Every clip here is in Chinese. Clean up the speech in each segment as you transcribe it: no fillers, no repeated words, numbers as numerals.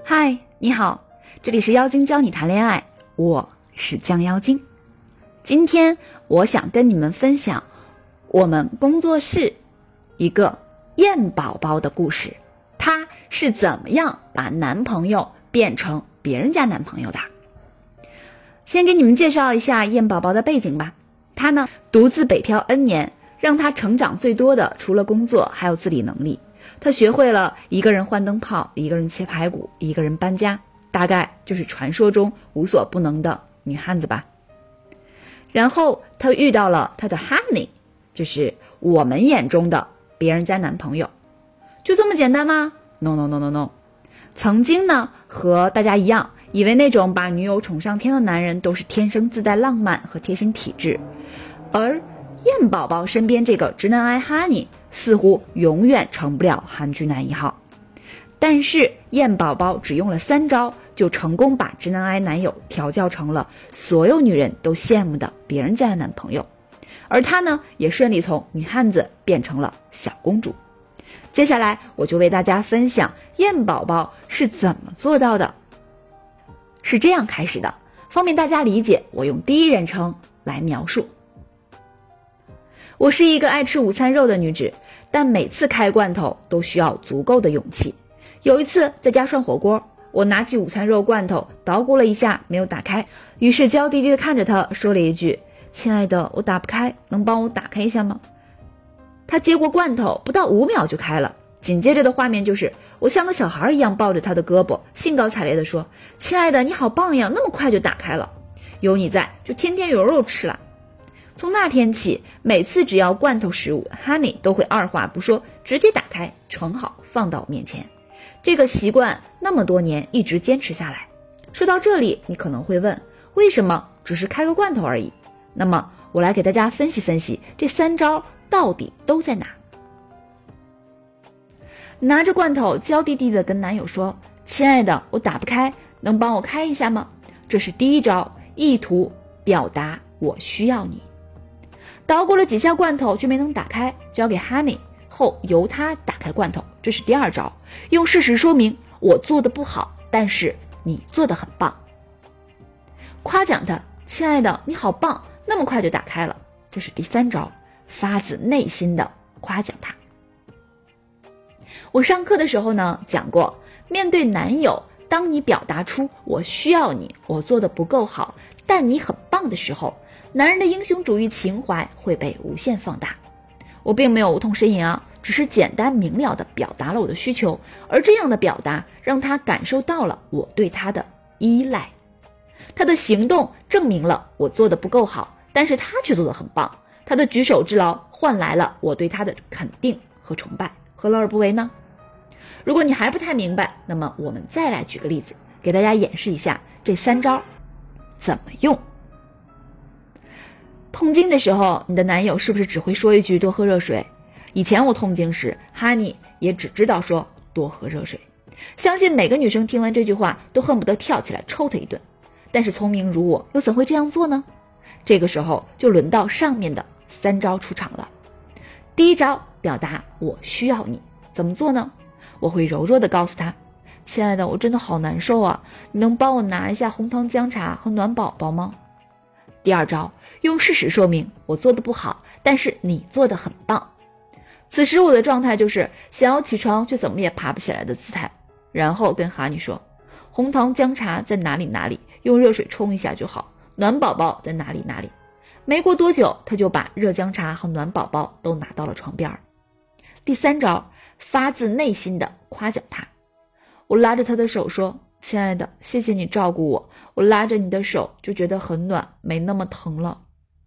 嗨，你好，这里是妖精教你谈恋爱，我是江妖精。今天我想跟你们分享我们工作室一个燕宝宝的故事，她是怎么样把男朋友变成别人家男朋友的。先给你们介绍一下燕宝宝的背景吧。她呢独自北漂 N 年，让她成长最多的除了工作还有自理能力。她学会了一个人换灯泡，一个人切排骨，一个人搬家，大概就是传说中无所不能的女汉子吧。然后她遇到了她的 Honey， 就是我们眼中的别人家男朋友。就这么简单吗？ No。 曾经呢和大家一样，以为那种把女友宠上天的男人都是天生自带浪漫和贴心体质，而燕宝宝身边这个直男癌 Honey 似乎永远成不了韩剧男一号。但是燕宝宝只用了3招，就成功把直男癌男友调教成了所有女人都羡慕的别人家的男朋友，而她呢也顺利从女汉子变成了小公主。接下来我就为大家分享燕宝宝是怎么做到的。是这样开始的，方便大家理解，我用第一人称来描述。我是一个爱吃午餐肉的女子，但每次开罐头都需要足够的勇气。有一次在家涮火锅，我拿起午餐肉罐头捣鼓了一下没有打开，于是娇滴滴地看着他说了一句：亲爱的，我打不开，能帮我打开一下吗？他接过罐头不到5秒就开了，紧接着的画面就是我像个小孩一样抱着他的胳膊，兴高采烈地说：亲爱的，你好棒呀，那么快就打开了，有你在就天天有肉吃了。从那天起，每次只要罐头食物 Honey 都会二话不说直接打开盛好放到我面前。这个习惯那么多年一直坚持下来。说到这里，你可能会问，为什么只是开个罐头而已？那么我来给大家分析分析这3招到底都在哪。拿着罐头娇滴滴地跟男友说：亲爱的，我打不开，能帮我开一下吗？这是第一招，意图表达我需要你。捣鼓了几下罐头却没能打开，交给 Honey 后由他打开罐头，这是第2招，用事实说明我做的不好，但是你做的很棒。夸奖他：亲爱的，你好棒，那么快就打开了，这是第3招，发自内心的夸奖他。我上课的时候呢讲过，面对男友，当你表达出我需要你，我做的不够好，但你很棒的时候，男人的英雄主义情怀会被无限放大。我并没有无痛呻吟啊，只是简单明了地表达了我的需求，而这样的表达让他感受到了我对他的依赖。他的行动证明了我做的不够好，但是他却做得很棒。他的举手之劳换来了我对他的肯定和崇拜，何乐而不为呢？如果你还不太明白，那么我们再来举个例子，给大家演示一下这3招怎么用。痛经的时候，你的男友是不是只会说一句多喝热水？以前我痛经时 Honey 也只知道说多喝热水，相信每个女生听完这句话都恨不得跳起来抽他一顿。但是聪明如我又怎会这样做呢？这个时候就轮到上面的3招出场了。第1招，表达我需要你，怎么做呢？我会柔弱地告诉他：亲爱的，我真的好难受啊，你能帮我拿一下红糖姜茶和暖宝宝吗？第2招，用事实说明我做的不好，但是你做的很棒。此时我的状态就是想要起床却怎么也爬不起来的姿态，然后跟哈尼说：红糖姜茶在哪里哪里，用热水冲一下就好，暖宝宝在哪里哪里。没过多久，他就把热姜茶和暖宝宝都拿到了床边。第3招，发自内心的夸奖他。我拉着他的手说：亲爱的，谢谢你照顾我，我拉着你的手就觉得很暖，没那么疼了。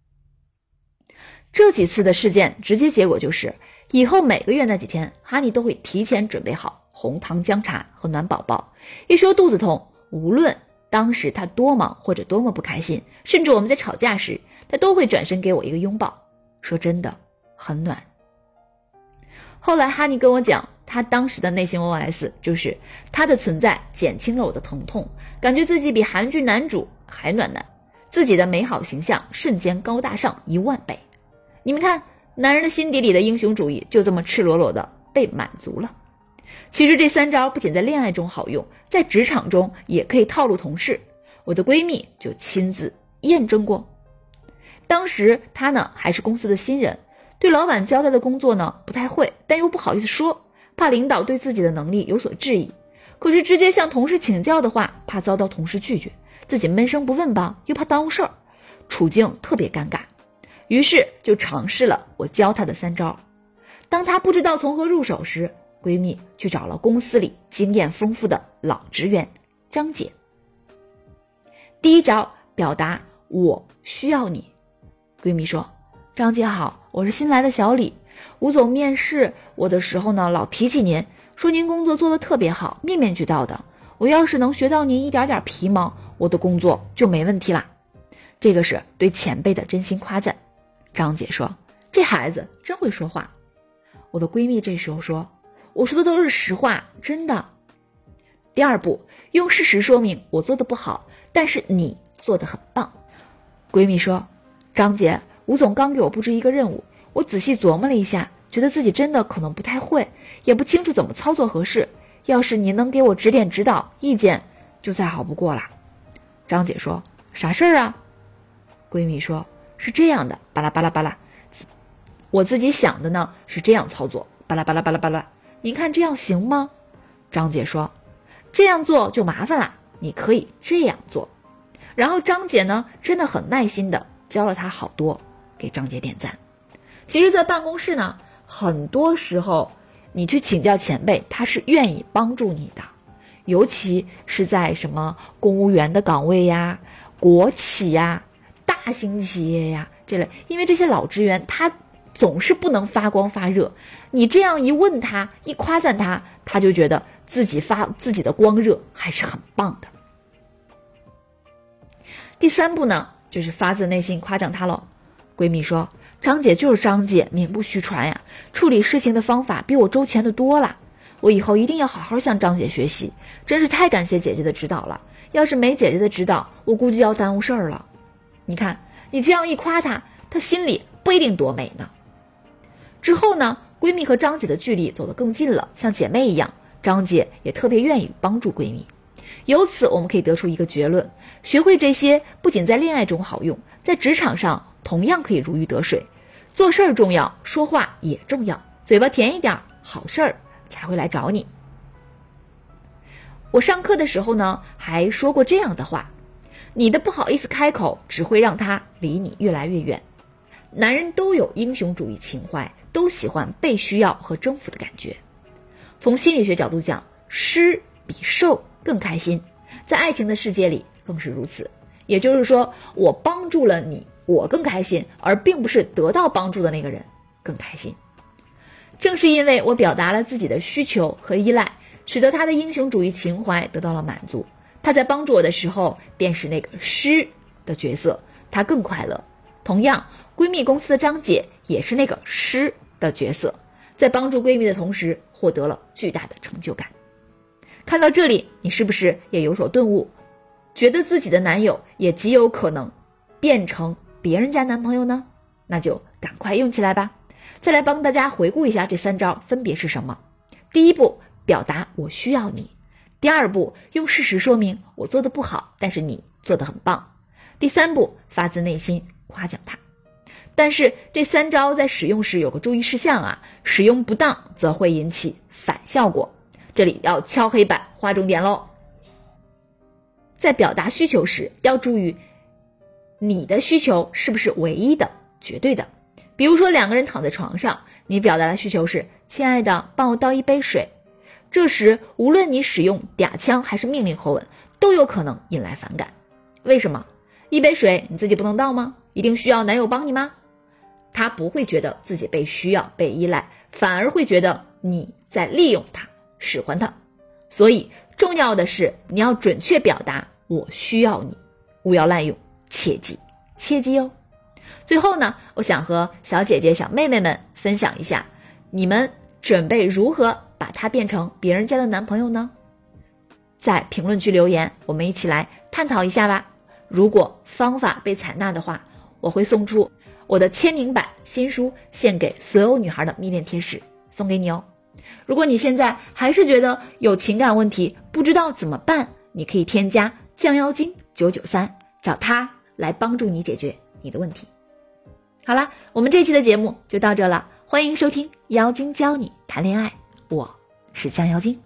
这几次的事件直接结果就是，以后每个月那几天，哈尼都会提前准备好红糖姜茶和暖宝宝。一说肚子痛，无论当时他多忙或者多么不开心，甚至我们在吵架时，他都会转身给我一个拥抱，说真的很暖。后来哈尼跟我讲，他当时的内心 OS 就是他的存在减轻了我的疼痛，感觉自己比韩剧男主还暖男，自己的美好形象瞬间高大上10000倍。你们看，男人的心底里的英雄主义就这么赤裸裸的被满足了。 其实这3招不仅在恋爱中好用，在职场中也可以套路同事。我的闺蜜就亲自验证过。当时她呢还是公司的新人，对老板交代的工作呢不太会，但又不好意思说，怕领导对自己的能力有所质疑。可是直接向同事请教的话，怕遭到同事拒绝，自己闷声不问吧，又怕耽误事儿，处境特别尴尬。于是就尝试了我教她的3招。当她不知道从何入手时，闺蜜去找了公司里经验丰富的老职员张姐。第1招，表达我需要你。闺蜜说，张姐好，我是新来的小李，吴总面试我的时候呢，老提起您，说您工作做得特别好，面面俱到的，我要是能学到您一点点皮毛，我的工作就没问题啦。这个是对前辈的真心夸赞。张姐说，这孩子真会说话。我的闺蜜这时候说，我说的都是实话，真的。第2步，用事实说明我做的不好，但是你做得很棒。闺蜜说，张姐，吴总刚给我布置一个任务，我仔细琢磨了一下，觉得自己真的可能不太会，也不清楚怎么操作合适，要是您能给我指点指导，意见就再好不过啦。张姐说，啥事儿啊？闺蜜说，是这样的，巴拉巴拉巴拉，我自己想的呢是这样操作，巴拉巴拉巴拉巴拉，您看这样行吗？张姐说，这样做就麻烦啦，你可以这样做。然后张姐呢真的很耐心的教了她好多，给张姐点赞。其实在办公室呢，很多时候你去请教前辈，他是愿意帮助你的，尤其是在什么公务员的岗位呀、国企呀、大型企业呀这类，因为这些老职员他总是不能发光发热，你这样一问他，一夸赞他，他就觉得自己发自己的光热还是很棒的。第3步呢，就是发自内心夸奖他咯。闺蜜说，张姐就是张姐，名不虚传呀，处理事情的方法比我周全的多了，我以后一定要好好向张姐学习，真是太感谢姐姐的指导了，要是没姐姐的指导，我估计要耽误事儿了。你看你这样一夸她，她心里不一定多美呢。之后呢，闺蜜和张姐的距离走得更近了，像姐妹一样，张姐也特别愿意帮助闺蜜。由此我们可以得出一个结论，学会这些不仅在恋爱中好用，在职场上同样可以如鱼得水。做事儿重要，说话也重要，嘴巴甜一点，好事儿才会来找你。我上课的时候呢，还说过这样的话，你的不好意思开口，只会让他离你越来越远。男人都有英雄主义情怀，都喜欢被需要和征服的感觉。从心理学角度讲，施比受更开心，在爱情的世界里更是如此。也就是说，我帮助了你，我更开心，而并不是得到帮助的那个人更开心。正是因为我表达了自己的需求和依赖，使得他的英雄主义情怀得到了满足。他在帮助我的时候，便是那个施的角色，他更快乐。同样，闺蜜公司的张姐也是那个施的角色，在帮助闺蜜的同时，获得了巨大的成就感。看到这里，你是不是也有所顿悟，觉得自己的男友也极有可能变成别人家男朋友呢？那就赶快用起来吧。再来帮大家回顾一下这3招分别是什么。第1步，表达我需要你。第2步，用事实说明我做的不好，但是你做得很棒。第3步，发自内心夸奖他。但是这3招在使用时有个注意事项啊，使用不当则会引起反效果。这里要敲黑板划重点咯。在表达需求时，要注意你的需求是不是唯一的、绝对的。比如说2个人躺在床上，你表达的需求是，亲爱的，帮我倒一杯水。这时无论你使用嗲腔还是命令口吻，都有可能引来反感。为什么？一杯水你自己不能倒吗？一定需要男友帮你吗？他不会觉得自己被需要、被依赖，反而会觉得你在利用他、使唤他。所以重要的是你要准确表达我需要你，勿要滥用，切记切记哦。最后呢，我想和小姐姐小妹妹们分享一下，你们准备如何把他变成别人家的男朋友呢？在评论区留言，我们一起来探讨一下吧。如果方法被采纳的话，我会送出我的签名版新书，献给所有女孩的蜜恋贴士，送给你哦。 如果你现在还是觉得有情感问题，不知道怎么办，你可以添加降妖精993，找他来帮助你解决你的问题。好啦，我们这期的节目就到这了，欢迎收听妖精教你谈恋爱，我是降妖精。